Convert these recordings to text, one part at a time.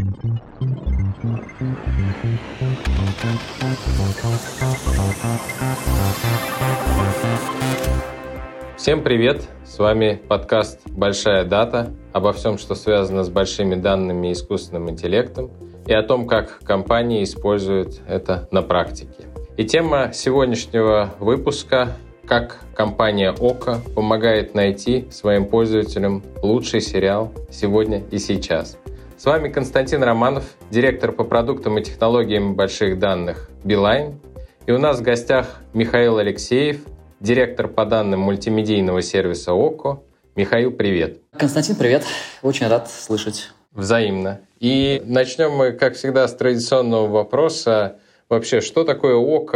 Всем привет! С вами подкаст «Большая дата» обо всем, что связано с большими данными и искусственным интеллектом, и о том, как компании используют это на практике. И тема сегодняшнего выпуска – как компания Ока помогает найти своим пользователям лучший сериал сегодня и сейчас. С вами Константин Романов, директор по продуктам и технологиям больших данных Билайн. И у нас в гостях Михаил Алексеев, директор по данным мультимедийного сервиса Око. Михаил, привет. Константин, привет. Очень рад слышать. Взаимно. И начнем мы, как всегда, с традиционного вопроса. Вообще, что такое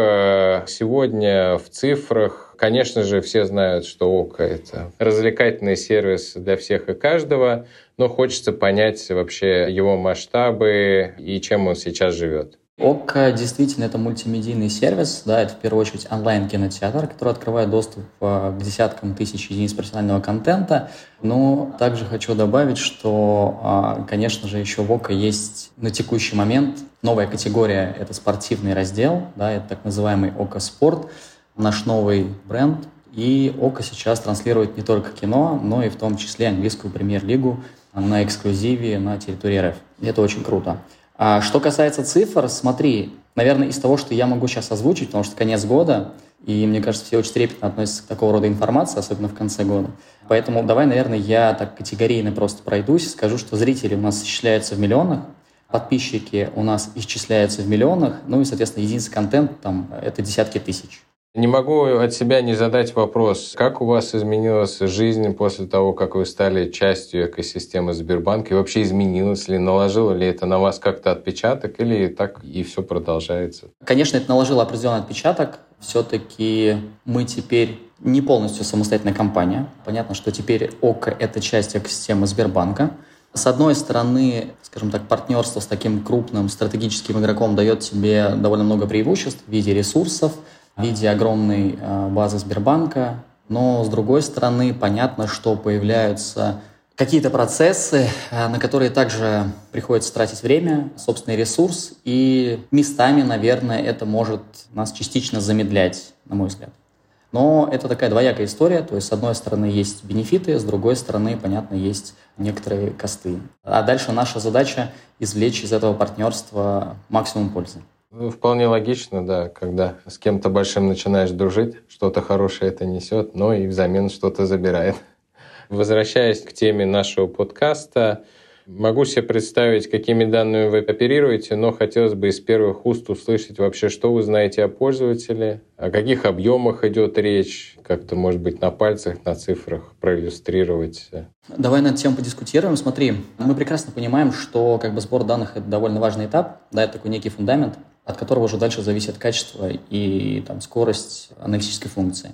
Око сегодня в цифрах? Конечно же, все знают, что Око — это развлекательный сервис для всех и каждого, но хочется понять вообще его масштабы и чем он сейчас живет. Око действительно это мультимедийный сервис, да, это в первую очередь онлайн-кинотеатр, который открывает доступ к десяткам тысяч единиц профессионального контента. Но также хочу добавить, что, конечно же, еще в Око есть на текущий момент новая категория, это спортивный раздел, да, это так называемый Око Спорт, наш новый бренд. И Око сейчас транслирует не только кино, но и в том числе английскую премьер-лигу на эксклюзиве на территории РФ. И это очень круто. А что касается цифр, смотри, наверное, из того, что я могу сейчас озвучить, потому что конец года, и мне кажется, все очень трепетно относятся к такого рода информации, особенно в конце года. Поэтому давай, наверное, я так категорийно просто пройдусь и скажу, что зрители у нас исчисляются в миллионах, подписчики у нас исчисляются в миллионах, ну и, соответственно, единицы контента там это десятки тысяч. Не могу от себя не задать вопрос, как у вас изменилась жизнь после того, как вы стали частью экосистемы Сбербанка, и вообще изменилось ли, наложило ли это на вас как-то отпечаток, или так и все продолжается? Конечно, это наложило определенный отпечаток. Все-таки мы теперь не полностью самостоятельная компания. Понятно, что теперь Око — это часть экосистемы Сбербанка. С одной стороны, скажем так, партнерство с таким крупным стратегическим игроком дает тебе довольно много преимуществ в виде ресурсов, в виде огромной базы Сбербанка, но, с другой стороны, понятно, что появляются какие-то процессы, на которые также приходится тратить время, собственный ресурс, и местами, наверное, это может нас частично замедлять, на мой взгляд. Но это такая двоякая история, то есть, с одной стороны, есть бенефиты, с другой стороны, понятно, есть некоторые косты. А дальше наша задача извлечь из этого партнерства максимум пользы. Вполне логично, да, когда с кем-то большим начинаешь дружить, что-то хорошее это несет, но и взамен что-то забирает. Возвращаясь к теме нашего подкаста, могу себе представить, какими данными вы оперируете, но хотелось бы из первых уст услышать вообще, что вы знаете о пользователе, о каких объемах идет речь, как-то, может быть, на пальцах, на цифрах проиллюстрировать. Давай на эту тему подискутируем. Смотри, мы прекрасно понимаем, что сбор данных — это довольно важный этап, да, это такой некий фундамент, от которого уже дальше зависит качество и скорость аналитической функции.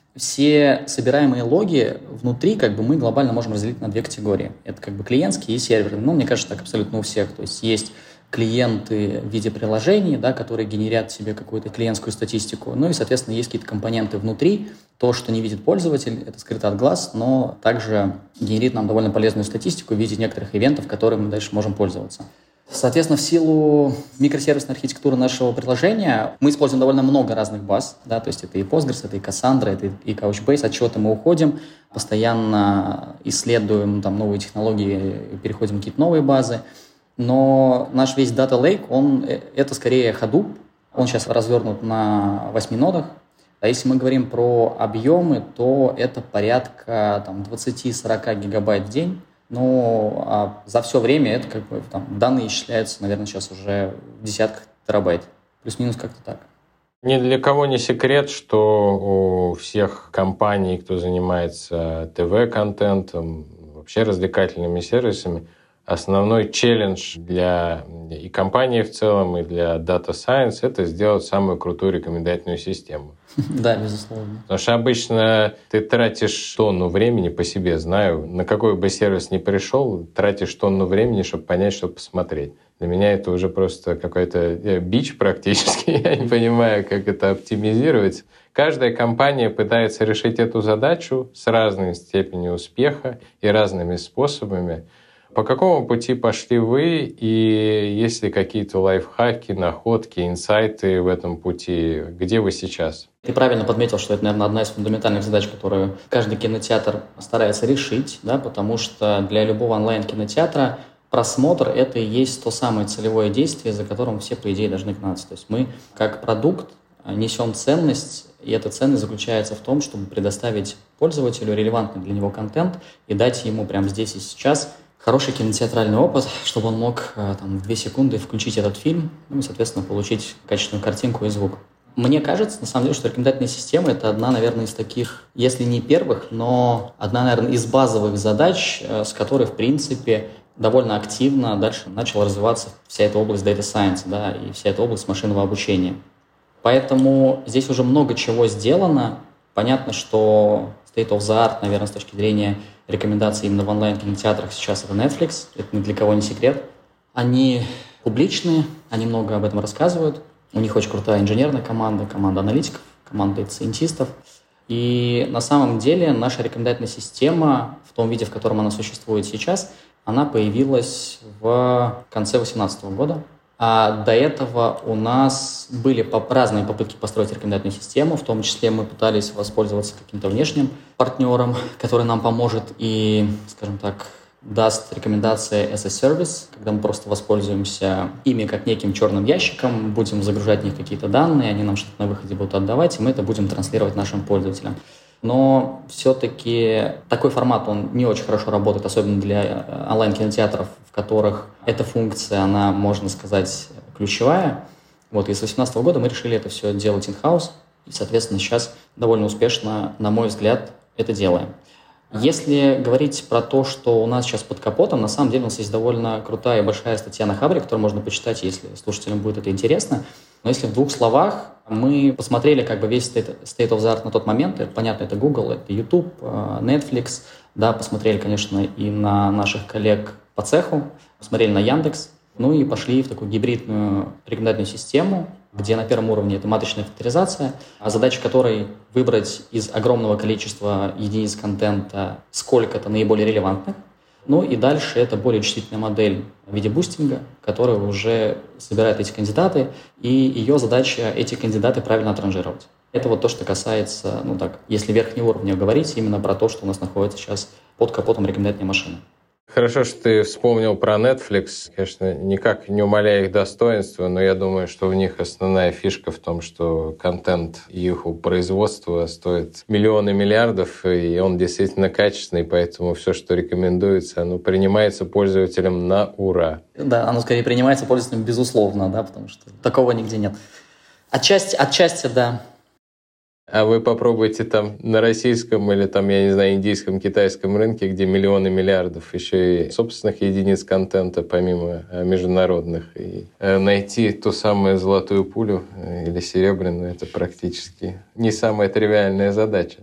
Все собираемые логи внутри мы глобально можем разделить на две категории. Это клиентские и серверные. Мне кажется, так абсолютно у всех. То есть клиенты в виде приложений, да, которые генерят себе какую-то клиентскую статистику. Ну и, соответственно, есть какие-то компоненты внутри. То, что не видит пользователь, это скрыто от глаз, но также генерит нам довольно полезную статистику в виде некоторых ивентов, которыми мы дальше можем пользоваться. Соответственно, в силу микросервисной архитектуры нашего приложения мы используем довольно много разных баз, да, то есть это и Postgres, это и Cassandra, это и Couchbase, от чего-то мы уходим, постоянно исследуем новые технологии, переходим в какие-то новые базы, но наш весь Data Lake, это скорее Hadoop, он сейчас развернут на 8 нодах, а если мы говорим про объемы, то это порядка 20-40 гигабайт в день. А за все время это данные исчисляются, наверное, сейчас уже в десятках терабайт. Плюс-минус как-то так. Ни для кого не секрет, что у всех компаний, кто занимается ТВ-контентом, вообще развлекательными сервисами, основной челлендж для и компании в целом, и для Data Science — это сделать самую крутую рекомендательную систему. Да, безусловно. Потому что обычно ты тратишь тонну времени, по себе знаю, на какой бы сервис ни пришел, тратишь тонну времени, чтобы понять, что посмотреть. Для меня это уже просто какой-то бич практически. Я не понимаю, как это оптимизировать. Каждая компания пытается решить эту задачу с разной степенью успеха и разными способами. По какому пути пошли вы, и есть ли какие-то лайфхаки, находки, инсайты в этом пути? Где вы сейчас? Ты правильно подметил, что это, наверное, одна из фундаментальных задач, которую каждый кинотеатр старается решить, да, потому что для любого онлайн-кинотеатра просмотр – это и есть то самое целевое действие, за которым все, по идее, должны гнаться. То есть мы, как продукт, несем ценность, и эта ценность заключается в том, чтобы предоставить пользователю релевантный для него контент и дать ему прямо здесь и сейчас хороший кинотеатральный опыт, чтобы он мог в 2 секунды включить этот фильм и, соответственно, получить качественную картинку и звук. Мне кажется, на самом деле, что рекомендательная система – это одна, наверное, из таких, если не первых, но одна, наверное, из базовых задач, с которой, в принципе, довольно активно дальше начала развиваться вся эта область Data Science, да, и вся эта область машинного обучения. Поэтому здесь уже много чего сделано. Понятно, что state of the art, наверное, с точки зрения рекомендаций именно в онлайн-кинотеатрах сейчас это Netflix. Это ни для кого не секрет. Они публичные, они много об этом рассказывают. У них очень крутая инженерная команда аналитиков, команда дата-сайентистов. И на самом деле наша рекомендательная система в том виде, в котором она существует сейчас, она появилась в конце 2018 года. А до этого у нас были разные попытки построить рекомендательную систему, в том числе мы пытались воспользоваться каким-то внешним партнером, который нам поможет и, скажем так, даст рекомендации as a service, когда мы просто воспользуемся ими как неким черным ящиком, будем загружать в них какие-то данные, они нам что-то на выходе будут отдавать, и мы это будем транслировать нашим пользователям. Но все-таки такой формат, он не очень хорошо работает, особенно для онлайн-кинотеатров, в которых эта функция, она, можно сказать, ключевая. Вот, и с 2018 года мы решили это все делать in-house, и, соответственно, сейчас довольно успешно, на мой взгляд, это делаем. Если говорить про то, что у нас сейчас под капотом, на самом деле у нас есть довольно крутая и большая статья на Хабре, которую можно почитать, если слушателям будет это интересно. Но если в 2 словах, мы посмотрели весь state of the art на тот момент. Это, понятно, это Google, это YouTube, Netflix. Да, посмотрели, конечно, и на наших коллег по цеху, посмотрели на Яндекс. Ну и пошли в такую гибридную рекомендательную систему, где на первом уровне это маточная фильтризация, задача которой выбрать из огромного количества единиц контента сколько-то наиболее релевантных. Ну и дальше это более чувствительная модель в виде бустинга, которая уже собирает эти кандидаты, и ее задача эти кандидаты правильно отранжировать. Это вот то, что касается, если верхнего уровня говорить, именно про то, что у нас находится сейчас под капотом рекомендательной машины. Хорошо, что ты вспомнил про Netflix. Конечно, никак не умаляя их достоинства, но я думаю, что у них основная фишка в том, что контент их производства стоит миллионы миллиардов, и он действительно качественный, поэтому все, что рекомендуется, оно принимается пользователям на ура. Да, оно скорее принимается пользователям безусловно, да, потому что такого нигде нет. Отчасти, да. А вы попробуйте там на российском или там, я не знаю, индийском, китайском рынке, где миллионы миллиардов, еще и собственных единиц контента, помимо международных, и найти ту самую золотую пулю или серебряную, это практически не самая тривиальная задача.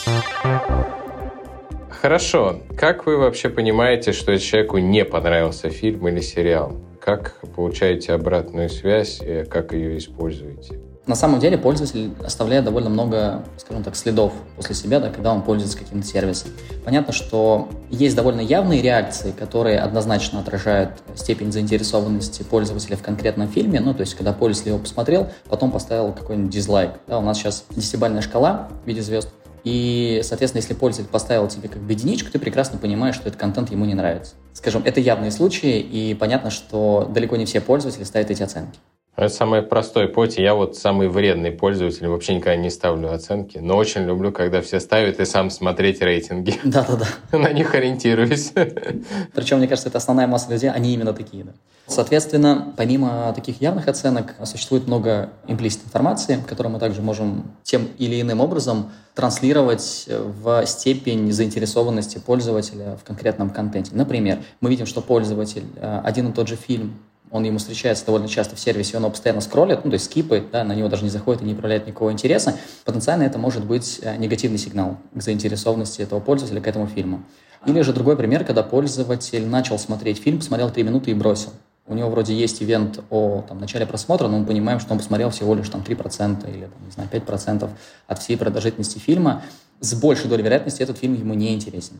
Хорошо. Как вы вообще понимаете, что человеку не понравился фильм или сериал? Как получаете обратную связь и как ее используете? На самом деле пользователь оставляет довольно много, скажем так, следов после себя, да, когда он пользуется каким-то сервисом. Понятно, что есть довольно явные реакции, которые однозначно отражают степень заинтересованности пользователя в конкретном фильме. То есть, когда пользователь его посмотрел, потом поставил какой-нибудь дизлайк. Да, у нас сейчас 10-бальная шкала в виде звезд. И, соответственно, если пользователь поставил тебе единичку, ты прекрасно понимаешь, что этот контент ему не нравится. Скажем, это явные случаи, и понятно, что далеко не все пользователи ставят эти оценки. Это самый простой путь. Я самый вредный пользователь, вообще никогда не ставлю оценки, но очень люблю, когда все ставят, и сам смотреть рейтинги. Да-да-да. На них ориентируюсь. Причем, мне кажется, это основная масса людей, они именно такие, да. Соответственно, помимо таких явных оценок, существует много имплиситной информации, которую мы также можем тем или иным образом транслировать в степень заинтересованности пользователя в конкретном контенте. Например, мы видим, что пользователь один и тот же фильм, он ему встречается довольно часто в сервисе, он его постоянно скроллит, то есть скипает, да, на него даже не заходит и не проявляет никакого интереса. Потенциально это может быть негативный сигнал к заинтересованности этого пользователя к этому фильму. Или же другой пример, когда пользователь начал смотреть фильм, посмотрел 3 минуты и бросил. У него вроде есть ивент о начале просмотра, но мы понимаем, что он посмотрел всего лишь 3% или 5% от всей продолжительности фильма. С большей долей вероятности этот фильм ему не интересен.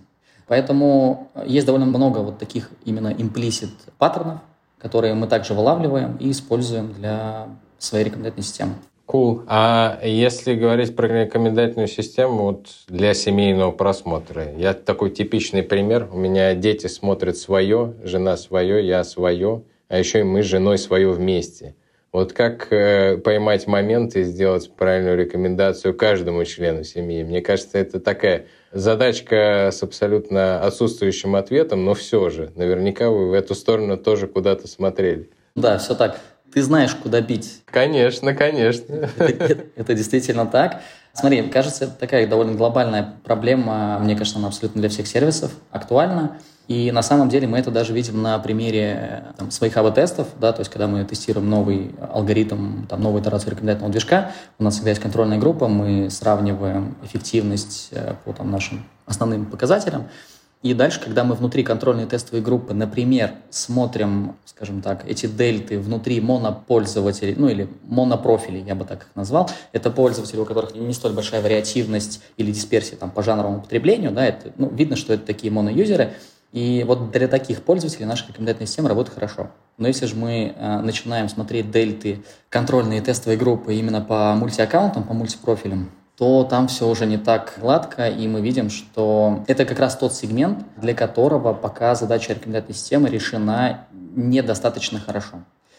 Поэтому есть довольно много вот таких именно implicit паттернов, которые мы также вылавливаем и используем для своей рекомендательной системы. Cool. А если говорить про рекомендательную систему вот для семейного просмотра, я такой типичный пример. У меня дети смотрят свое, жена свое, я свое, а еще и мы с женой свое вместе. Вот как поймать момент и сделать правильную рекомендацию каждому члену семьи? Мне кажется, это такая задачка с абсолютно отсутствующим ответом, но все же, наверняка вы в эту сторону тоже куда-то смотрели. Да, все так. Ты знаешь, куда бить. Конечно, конечно. Это действительно так. Смотри, кажется, это такая довольно глобальная проблема. Мне кажется, она абсолютно для всех сервисов актуальна. И на самом деле мы это даже видим на примере своих АБ-тестов. Да, то есть, когда мы тестируем новый алгоритм, новую итерацию рекомендательного движка, у нас всегда есть контрольная группа, мы сравниваем эффективность по нашим основным показателям. И дальше, когда мы внутри контрольной тестовой группы, например, смотрим, скажем так, эти дельты внутри монопользователей, или монопрофилей, я бы так их назвал, это пользователи, у которых не столь большая вариативность или дисперсия по жанровому потреблению, да, это, видно, что это такие моноюзеры, и вот для таких пользователей наша рекомендательная система работает хорошо. Но если же мы начинаем смотреть дельты контрольные тестовые группы именно по мультиаккаунтам, по мультипрофилям, то там все уже не так гладко, и мы видим, что это как раз тот сегмент, для которого пока задача рекомендательной системы решена недостаточно хорошо.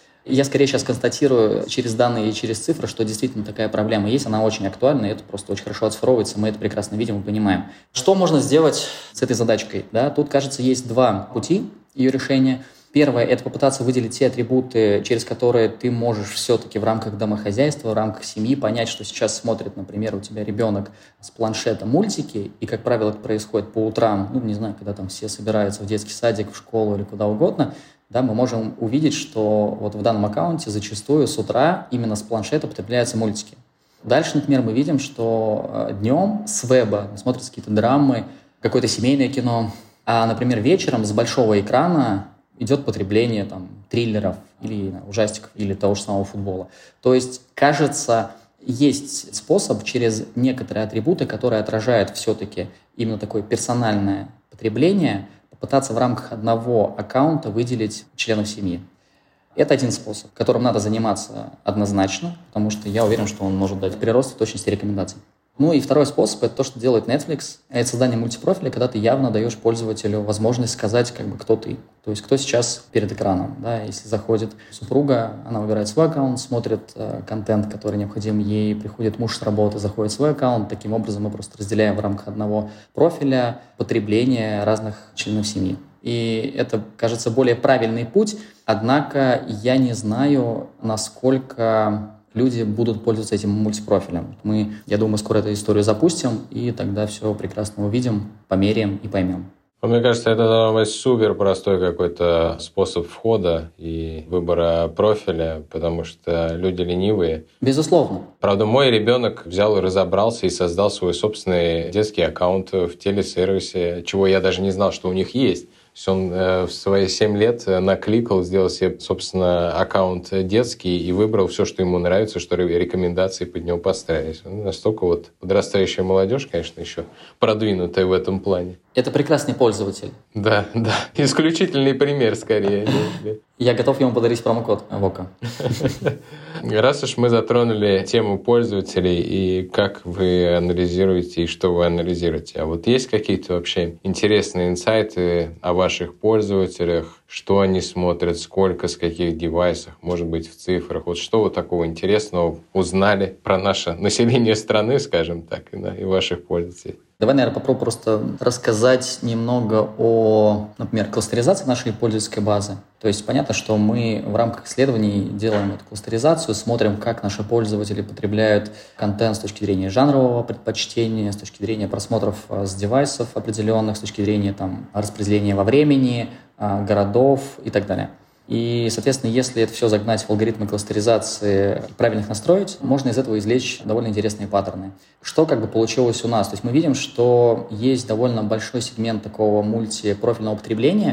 Я скорее сейчас констатирую через данные и через цифры, что действительно такая проблема есть, она очень актуальна, и это просто очень хорошо оцифровывается, мы это прекрасно видим и понимаем. Что можно сделать с этой задачкой? Да? Тут, кажется, есть два пути ее решения. Первое – это попытаться выделить те атрибуты, через которые ты можешь все-таки в рамках домохозяйства, в рамках семьи понять, что сейчас смотрит, например, у тебя ребенок с планшета мультики, и, как правило, это происходит по утрам, не знаю, когда там все собираются в детский садик, в школу или куда угодно, да, мы можем увидеть, что вот в данном аккаунте зачастую с утра именно с планшета потребляются мультики. Дальше, например, мы видим, что днем с веба смотрятся какие-то драмы, какое-то семейное кино, а, например, вечером с большого экрана идет потребление триллеров или ужастиков, или того же самого футбола. То есть, кажется, есть способ через некоторые атрибуты, которые отражают все-таки именно такое персональное потребление, попытаться в рамках одного аккаунта выделить членов семьи. Это один способ, которым надо заниматься однозначно, потому что я уверен, что он может дать прирост в точности рекомендаций. И второй способ – это то, что делает Netflix. Это создание мультипрофиля, когда ты явно даешь пользователю возможность сказать, кто ты. То есть, кто сейчас перед экраном. Да? Если заходит супруга, она выбирает свой аккаунт, смотрит контент, который необходим ей, приходит муж с работы, заходит в свой аккаунт. Таким образом, мы просто разделяем в рамках одного профиля потребление разных членов семьи. И это, кажется, более правильный путь. Однако я не знаю, насколько люди будут пользоваться этим мультипрофилем. Мы, я думаю, скоро эту историю запустим, и тогда все прекрасно увидим, померяем и поймем. Мне кажется, это должен быть супер простой какой-то способ входа и выбора профиля, потому что люди ленивые. Безусловно. Правда, мой ребенок взял и разобрался и создал свой собственный детский аккаунт в телесервисе, чего я даже не знал, что у них есть. То есть он в свои 7 лет накликал, сделал себе, собственно, аккаунт детский и выбрал все, что ему нравится, что рекомендации под него поставить. Настолько подрастающая молодежь, конечно, еще продвинутая в этом плане. Это прекрасный пользователь. Да. Исключительный пример, скорее. Я готов ему подарить промокод ВОКа. Раз уж мы затронули тему пользователей и как вы анализируете и что вы анализируете, а вот есть какие-то вообще интересные инсайты о ваших пользователях, что они смотрят, сколько, с каких девайсах, может быть, в цифрах? Вот что вы такого интересного узнали про наше население страны, скажем так, и ваших пользователей? Давай, наверное, попробую просто рассказать немного о, например, кластеризации нашей пользовательской базы. То есть понятно, что мы в рамках исследований делаем эту кластеризацию, смотрим, как наши пользователи потребляют контент с точки зрения жанрового предпочтения, с точки зрения просмотров с девайсов определенных, с точки зрения распределения во времени, городов и так далее. И, соответственно, если это все загнать в алгоритмы кластеризации и правильно их настроить, можно из этого извлечь довольно интересные паттерны. Что получилось у нас? То есть мы видим, что есть довольно большой сегмент такого мультипрофильного потребления,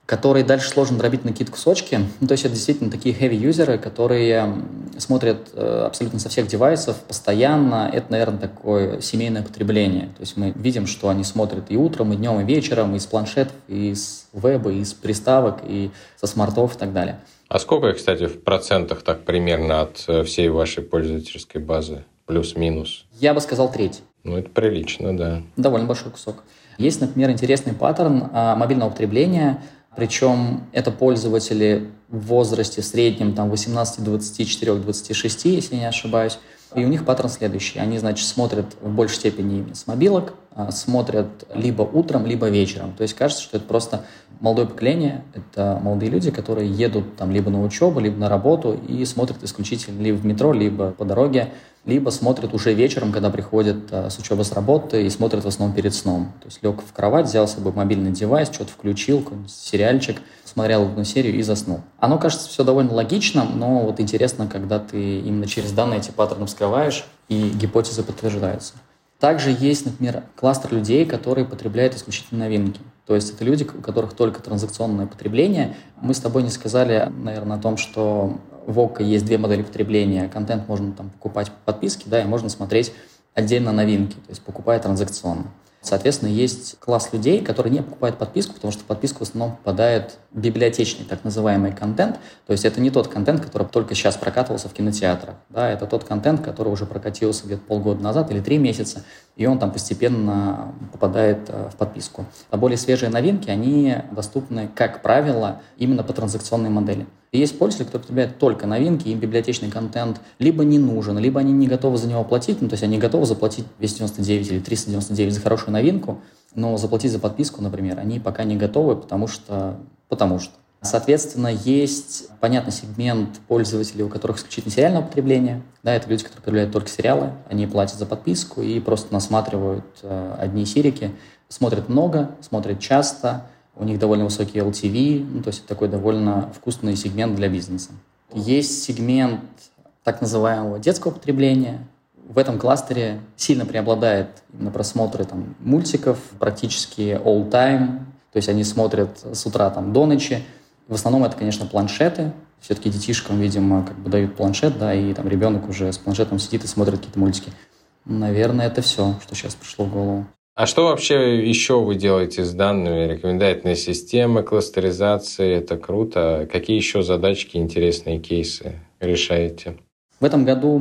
который дальше сложно дробить на какие-то кусочки. То есть это действительно такие heavy-юзеры, которые смотрят абсолютно со всех девайсов постоянно. Это, наверное, такое семейное потребление. То есть мы видим, что они смотрят и утром, и днем, и вечером, и с планшетов, и с веба, и с приставок, и со смартов и так далее. А сколько, кстати, в процентах так примерно от всей вашей пользовательской базы? Плюс-минус? Я бы сказал треть. Это прилично, да. Довольно большой кусок. Есть, например, интересный паттерн мобильного потребления. Причем это пользователи в возрасте в среднем 18, 24, 26, если я не ошибаюсь. И у них паттерн следующий. Они, значит, смотрят в большей степени именно с мобилок, смотрят либо утром, либо вечером. То есть кажется, что это просто молодое поколение, это молодые люди, которые едут либо на учебу, либо на работу и смотрят исключительно либо в метро, либо по дороге, либо смотрят уже вечером, когда приходят с учебы, с работы, и смотрят в основном перед сном. То есть лег в кровать, взял с собой мобильный девайс, что-то включил, какой-нибудь сериальчик, смотрел одну серию и заснул. Оно кажется все довольно логично, но вот интересно, когда ты именно через данные эти паттерны вскрываешь, и гипотезы подтверждаются. Также есть, например, кластер людей, которые потребляют исключительно новинки. То есть это люди, у которых только транзакционное потребление. Мы с тобой не сказали, наверное, о том, что в ОККО есть две модели потребления. Контент можно покупать по подписке, да, и можно смотреть отдельно новинки, то есть покупая транзакционно. Соответственно, есть класс людей, которые не покупают подписку, потому что в подписку в основном попадает библиотечный так называемый контент. То есть это не тот контент, который только сейчас прокатывался в кинотеатрах. Да, это тот контент, который уже прокатился где-то полгода назад или 3 месяца, и он постепенно попадает в подписку. А более свежие новинки, они доступны, как правило, именно по транзакционной модели. И есть пользователи, которые потребляют только новинки, им библиотечный контент либо не нужен, либо они не готовы за него платить, то есть они готовы заплатить 299 или 399 за хорошую новинку, но заплатить за подписку, например, они пока не готовы, потому что. Соответственно, есть понятный сегмент пользователей, у которых исключительно сериальное потребление. Да, это люди, которые потребляют только сериалы, они платят за подписку и просто насматривают одни серики, смотрят много, смотрят часто. У них довольно высокий LTV, то есть это такой довольно вкусный сегмент для бизнеса. Есть сегмент так называемого детского потребления. В этом кластере сильно преобладает именно просмотры мультиков, практически all time. То есть они смотрят с утра до ночи. В основном это, конечно, планшеты. Все-таки детишкам, видимо, дают планшет, да, и ребенок уже с планшетом сидит и смотрит какие-то мультики. Наверное, это все, что сейчас пришло в голову. А что вообще еще вы делаете с данными? Рекомендательные системы, кластеризации, это круто. Какие еще задачки, интересные кейсы решаете? В этом году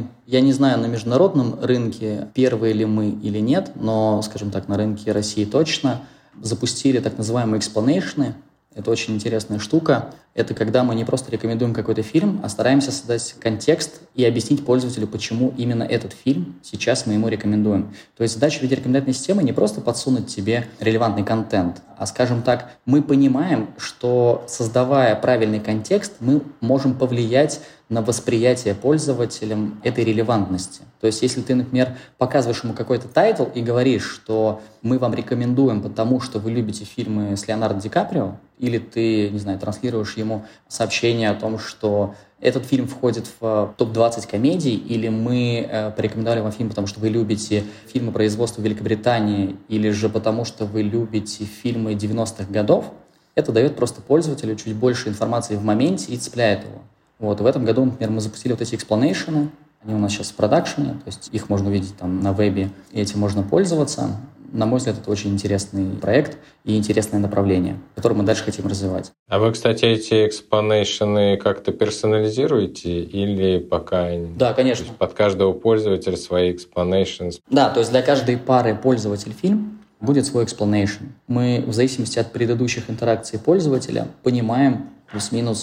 я не знаю, на международном рынке первые ли мы или нет, но, скажем так, на рынке России точно, запустили так называемые экспланейшны. Это очень интересная штука. Это когда мы не просто рекомендуем какой-то фильм, а стараемся создать контекст и объяснить пользователю, почему именно этот фильм сейчас мы ему рекомендуем. То есть задача в виде рекомендательной системы не просто подсунуть тебе релевантный контент, а, скажем так, мы понимаем, что, создавая правильный контекст, мы можем повлиять на восприятие пользователям этой релевантности. То есть если ты, например, показываешь ему какой-то тайтл и говоришь, что мы вам рекомендуем, потому что вы любите фильмы с Леонардо Ди Каприо, или ты, не знаю, транслируешь ему сообщение о том, что этот фильм входит в топ-20 комедий, или мы порекомендовали вам фильм, потому что вы любите фильмы производства Великобритании, или же потому что вы любите фильмы 90-х годов, это дает просто пользователю чуть больше информации в моменте и цепляет его. И в этом году, например, мы запустили эти экспланейшены, они у нас сейчас в продакшене, то есть их можно увидеть на вебе, и этим можно пользоваться. На мой взгляд, это очень интересный проект и интересное направление, которое мы дальше хотим развивать. А вы, кстати, эти экспланейшены как-то персонализируете или пока... Да, конечно. То есть под каждого пользователя свои экспланейшны? Да, то есть для каждой пары пользователь-фильм будет свой explanation. Мы в зависимости от предыдущих интеракций пользователя понимаем плюс-минус,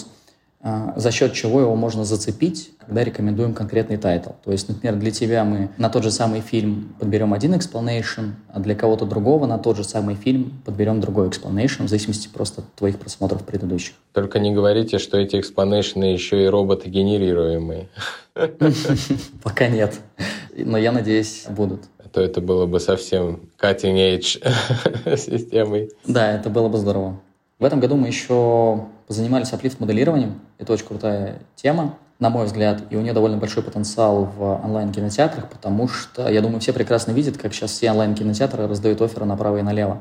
за счет чего его можно зацепить, когда рекомендуем конкретный тайтл. То есть, например, для тебя мы на тот же самый фильм подберем один explanation, а для кого-то другого на тот же самый фильм подберем другой explanation, в зависимости просто от твоих просмотров предыдущих. Только не говорите, что эти экспланейшны еще и роботы-генерируемые. Пока нет, но я надеюсь, будут. А то это было бы совсем cutting-edge системой. Да, это было бы здорово. В этом году мы еще позанимались аплифт-моделированием. Это очень крутая тема, на мой взгляд, и у нее довольно большой потенциал в онлайн-кинотеатрах, потому что, я думаю, все прекрасно видят, как сейчас все онлайн-кинотеатры раздают офферы направо и налево.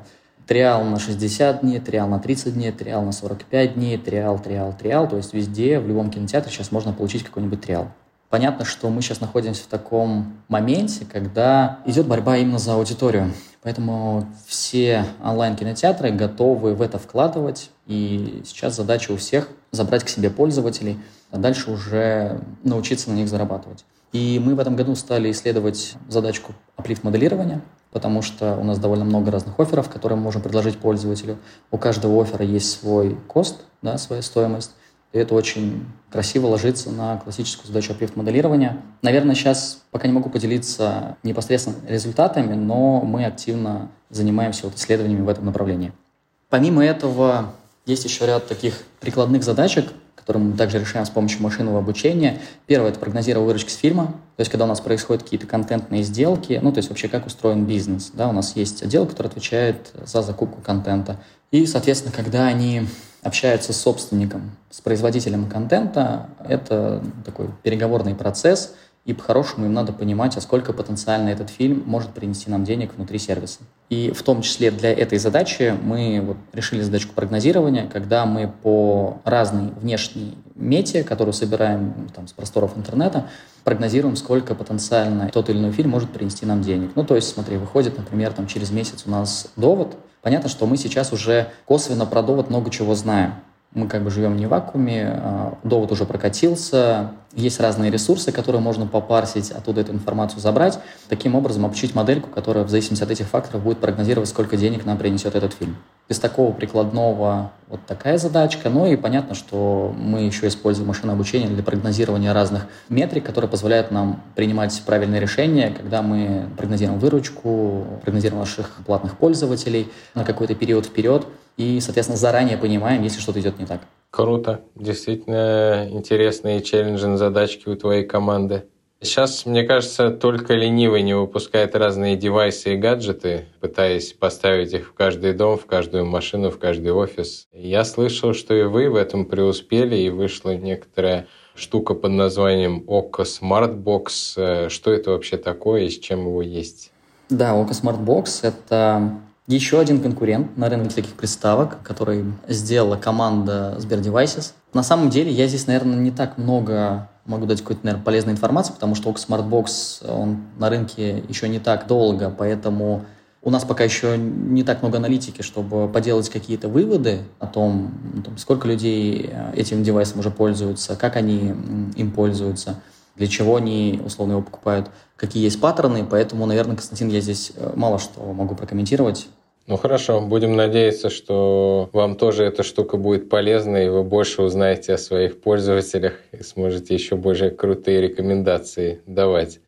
триал на 60 дней, триал на 30 дней, триал на 45 дней, триал. То есть везде, в любом кинотеатре сейчас можно получить какой-нибудь триал. Понятно, что мы сейчас находимся в таком моменте, когда идет борьба именно за аудиторию. Поэтому все онлайн-кинотеатры готовы в это вкладывать. И сейчас задача у всех забрать к себе пользователей, а дальше уже научиться на них зарабатывать. И мы в этом году стали исследовать задачку аплифт-моделирования, потому что у нас довольно много разных офферов, которые мы можем предложить пользователю. У каждого оффера есть свой кост, да, своя стоимость. И это очень красиво ложится на классическую задачу аплифт-моделирования. Наверное, сейчас пока не могу поделиться непосредственно результатами, но мы активно занимаемся исследованиями в этом направлении. Помимо этого, есть еще ряд таких прикладных задачек, которые мы также решаем с помощью машинного обучения. Первое – это прогнозирование выручки с фильма. То есть, когда у нас происходят какие-то контентные сделки, то есть вообще как устроен бизнес. Да, у нас есть отдел, который отвечает за закупку контента. И, соответственно, когда они общаются с собственником, с производителем контента, это такой переговорный процесс, и по-хорошему им надо понимать, а сколько потенциально этот фильм может принести нам денег внутри сервиса. И в том числе для этой задачи мы решили задачку прогнозирования, когда мы по разной внешней мете, которую собираем с просторов интернета, прогнозируем, сколько потенциально тот или иной фильм может принести нам денег. То есть, смотри, выходит, например, через месяц у нас «Довод». Понятно, что мы сейчас уже косвенно про «Довод» много чего знаем. Мы живем не в вакууме, «Довод» уже прокатился, есть разные ресурсы, которые можно попарсить, оттуда эту информацию забрать, таким образом обучить модельку, которая в зависимости от этих факторов будет прогнозировать, сколько денег нам принесет этот фильм. Из такого прикладного такая задачка. И понятно, что мы еще используем машинное обучение для прогнозирования разных метрик, которые позволяют нам принимать правильные решения, когда мы прогнозируем выручку, прогнозируем наших платных пользователей на какой-то период вперед и, соответственно, заранее понимаем, если что-то идет не так. Круто. Действительно интересные челленджи, задачки у твоей команды. Сейчас, мне кажется, только ленивый не выпускает разные девайсы и гаджеты, пытаясь поставить их в каждый дом, в каждую машину, в каждый офис. Я слышал, что и вы в этом преуспели, и вышла некоторая штука под названием Okko Smartbox. Что это вообще такое и с чем его есть? Да, Okko Smartbox — это еще один конкурент на рынке таких приставок, который сделала команда Сбер Devices. На самом деле я здесь, наверное, не так много могу дать какой-то, наверное, полезной информации, потому что Okko Smartbox, он на рынке еще не так долго, поэтому у нас пока еще не так много аналитики, чтобы поделать какие-то выводы о том, сколько людей этим девайсом уже пользуются, как они им пользуются, для чего они, условно, его покупают, какие есть паттерны, поэтому, наверное, Константин, я здесь мало что могу прокомментировать. Хорошо, будем надеяться, что вам тоже эта штука будет полезна, и вы больше узнаете о своих пользователях и сможете еще больше крутые рекомендации давать.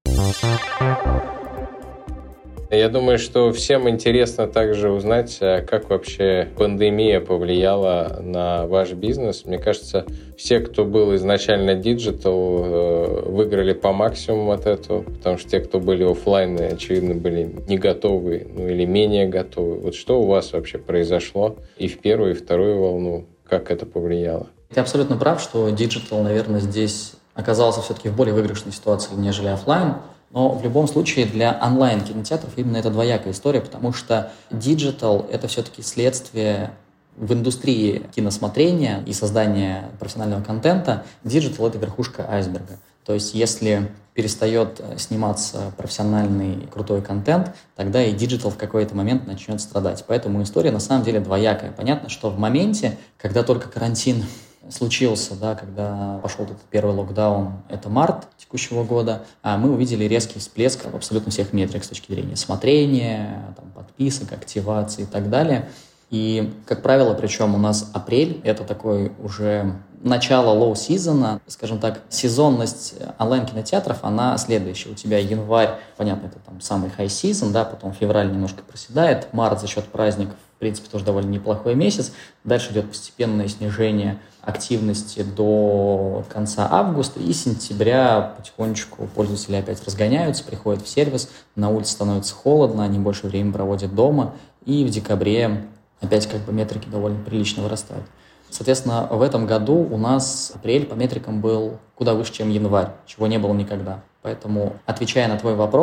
Я думаю, что всем интересно также узнать, как вообще пандемия повлияла на ваш бизнес. Мне кажется, все, кто был изначально диджитал, выиграли по максимуму от этого, потому что те, кто были офлайн, очевидно, были не готовы, или менее готовы. Что у вас вообще произошло и в первую, и вторую волну? Как это повлияло? Ты абсолютно прав, что диджитал, наверное, здесь оказался все-таки в более выигрышной ситуации, нежели офлайн. Но в любом случае для онлайн-кинотеатров именно это двоякая история, потому что диджитал — это все-таки следствие в индустрии киносмотрения и создания профессионального контента. Диджитал — это верхушка айсберга. То есть если перестает сниматься профессиональный крутой контент, тогда и диджитал в какой-то момент начнет страдать. Поэтому история на самом деле двоякая. Понятно, что в моменте, когда только карантин случился, когда пошел этот первый локдаун, это март текущего года, мы увидели резкий всплеск в абсолютно всех метрик с точки зрения смотрения, подписок, активации и так далее. И, как правило, причем у нас апрель — это такой уже начало лоу-сезона, скажем так, сезонность онлайн-кинотеатров, она следующая. У тебя январь, понятно, это самый хай-сезон, потом февраль немножко проседает, март за счет праздников, в принципе, тоже довольно неплохой месяц. Дальше идет постепенное снижение активности до конца августа, и сентября потихонечку пользователи опять разгоняются, приходят в сервис, на улице становится холодно, они больше времени проводят дома, и в декабре опять метрики довольно прилично вырастают. Соответственно, в этом году у нас апрель по метрикам был куда выше, чем январь, чего не было никогда. Поэтому, отвечая на твой вопрос,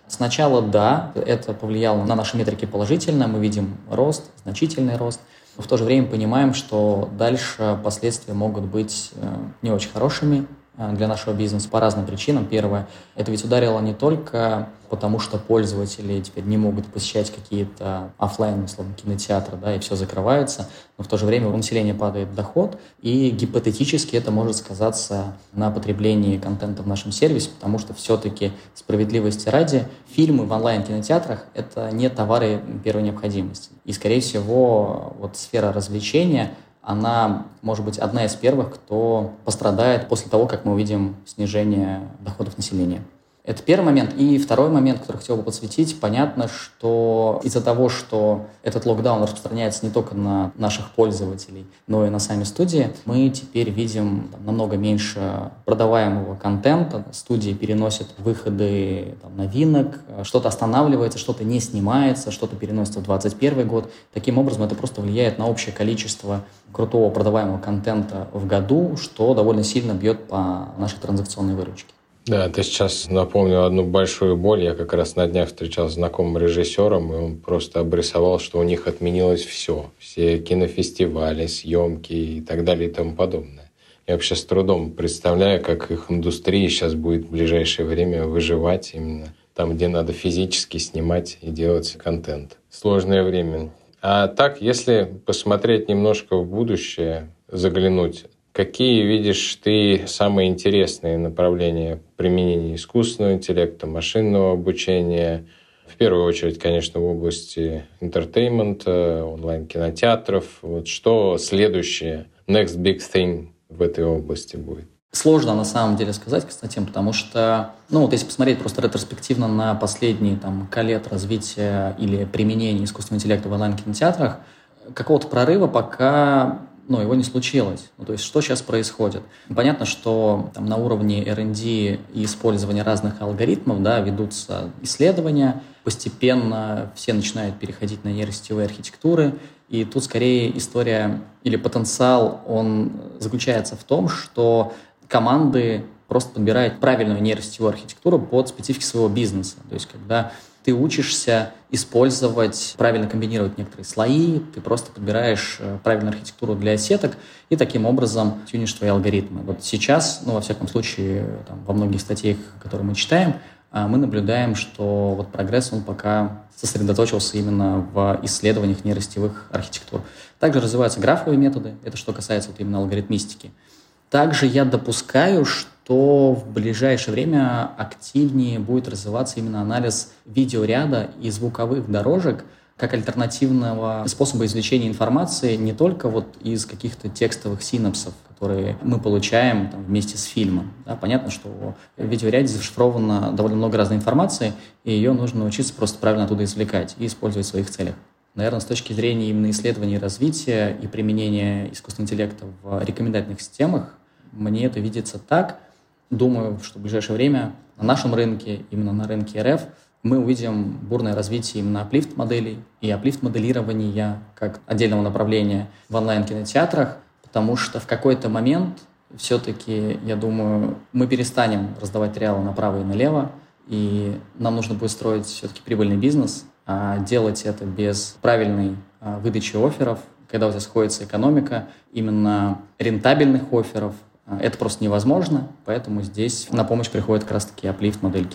Сначала, да, это повлияло на наши метрики положительно, мы видим рост, значительный рост. Но в то же время понимаем, что дальше последствия могут быть не очень хорошими для нашего бизнеса по разным причинам. Первое, это ведь ударило не только потому, что пользователи теперь не могут посещать какие-то офлайн, условно, кинотеатры, да, и все закрывается, но в то же время у населения падает доход, и гипотетически это может сказаться на потреблении контента в нашем сервисе, потому что все-таки, справедливости ради, фильмы в онлайн-кинотеатрах — это не товары первой необходимости. И, скорее всего, вот сфера развлечения — она может быть одна из первых, кто пострадает после того, как мы увидим снижение доходов населения. Это первый момент. И второй момент, который хотел бы подсветить, понятно, что из-за того, что этот локдаун распространяется не только на наших пользователей, но и на сами студии, мы теперь видим намного меньше продаваемого контента. Студии переносят выходы новинок, что-то останавливается, что-то не снимается, что-то переносится в 2021 год. Таким образом, это просто влияет на общее количество крутого продаваемого контента в году, что довольно сильно бьет по нашей транзакционной выручке. Да, ты сейчас напомнил одну большую боль. Я как раз на днях встречался с знакомым режиссером, и он просто обрисовал, что у них отменилось все. Все кинофестивали, съемки и так далее и тому подобное. Я вообще с трудом представляю, как их индустрия сейчас будет в ближайшее время выживать именно там, где надо физически снимать и делать контент. Сложное время. А так, если посмотреть немножко в будущее, заглянуть, какие видишь ты самые интересные направления применения искусственного интеллекта, машинного обучения? В первую очередь, конечно, в области интертеймента, онлайн-кинотеатров. Вот что следующее, next big thing в этой области будет? Сложно на самом деле сказать, Константин, потому что, если посмотреть просто ретроспективно на последние лет развития или применения искусственного интеллекта в онлайн-кинотеатрах, какого-то прорыва пока его не случилось. То есть что сейчас происходит? Понятно, что на уровне R&D и использования разных алгоритмов ведутся исследования, постепенно все начинают переходить на нейросетевые архитектуры, и тут скорее история или потенциал, он заключается в том, что команды просто подбирают правильную нейросетевую архитектуру под специфики своего бизнеса. То есть когда ты учишься использовать, правильно комбинировать некоторые слои, ты просто подбираешь правильную архитектуру для сеток и таким образом тюнишь твои алгоритмы. Вот сейчас, во всяком случае, во многих статьях, которые мы читаем, мы наблюдаем, что прогресс, он пока сосредоточился именно в исследованиях нейросетевых архитектур. Также развиваются графовые методы, это что касается именно алгоритмистики. Также я допускаю, что в ближайшее время активнее будет развиваться именно анализ видеоряда и звуковых дорожек как альтернативного способа извлечения информации не только из каких-то текстовых синапсов, которые мы получаем вместе с фильмом. Да, понятно, что в видеоряде зашифровано довольно много разной информации, и ее нужно научиться просто правильно оттуда извлекать и использовать в своих целях. Наверное, с точки зрения именно исследования, развития и применения искусственного интеллекта в рекомендательных системах, мне это видится так. Думаю, что в ближайшее время на нашем рынке, именно на рынке РФ, мы увидим бурное развитие именно аплифт-моделей и аплифт-моделирования как отдельного направления в онлайн-кинотеатрах, потому что в какой-то момент все-таки, я думаю, мы перестанем раздавать реалы направо и налево, и нам нужно будет строить все-таки прибыльный бизнес, а делать это без правильной выдачи офферов, когда у тебя сходится экономика, именно рентабельных офферов, это просто невозможно, поэтому здесь на помощь приходят как раз-таки аплифт-модельки.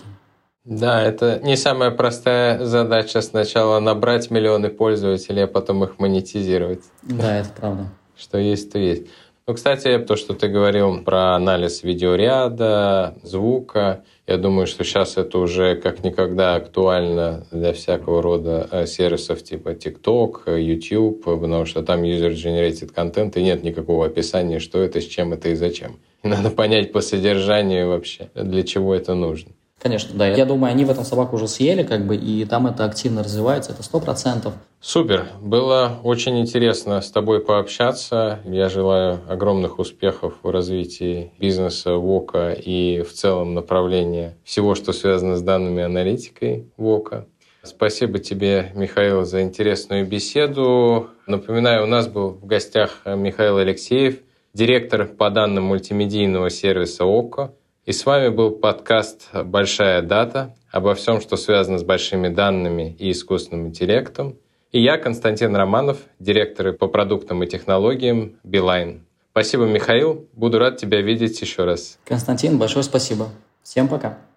Да, это не самая простая задача сначала набрать миллионы пользователей, а потом их монетизировать. Да, это правда. Что есть, то есть. Кстати, то, что ты говорил про анализ видеоряда, звука, я думаю, что сейчас это уже как никогда актуально для всякого рода сервисов типа TikTok, YouTube, потому что там user-generated content, и нет никакого описания, что это, с чем это и зачем. И надо понять по содержанию вообще, для чего это нужно. Конечно, да. Я думаю, они в этом собаку уже съели, и там это активно развивается, это 100%. Супер. Было очень интересно с тобой пообщаться. Я желаю огромных успехов в развитии бизнеса ВОКа и в целом направления всего, что связано с данными аналитикой ВОКа. Спасибо тебе, Михаил, за интересную беседу. Напоминаю, у нас был в гостях Михаил Алексеев, директор по данным мультимедийного сервиса ОККО. И с вами был подкаст «Большая дата» обо всем, что связано с большими данными и искусственным интеллектом. И я, Константин Романов, директор по продуктам и технологиям Beeline. Спасибо, Михаил. Буду рад тебя видеть еще раз. Константин, большое спасибо. Всем пока.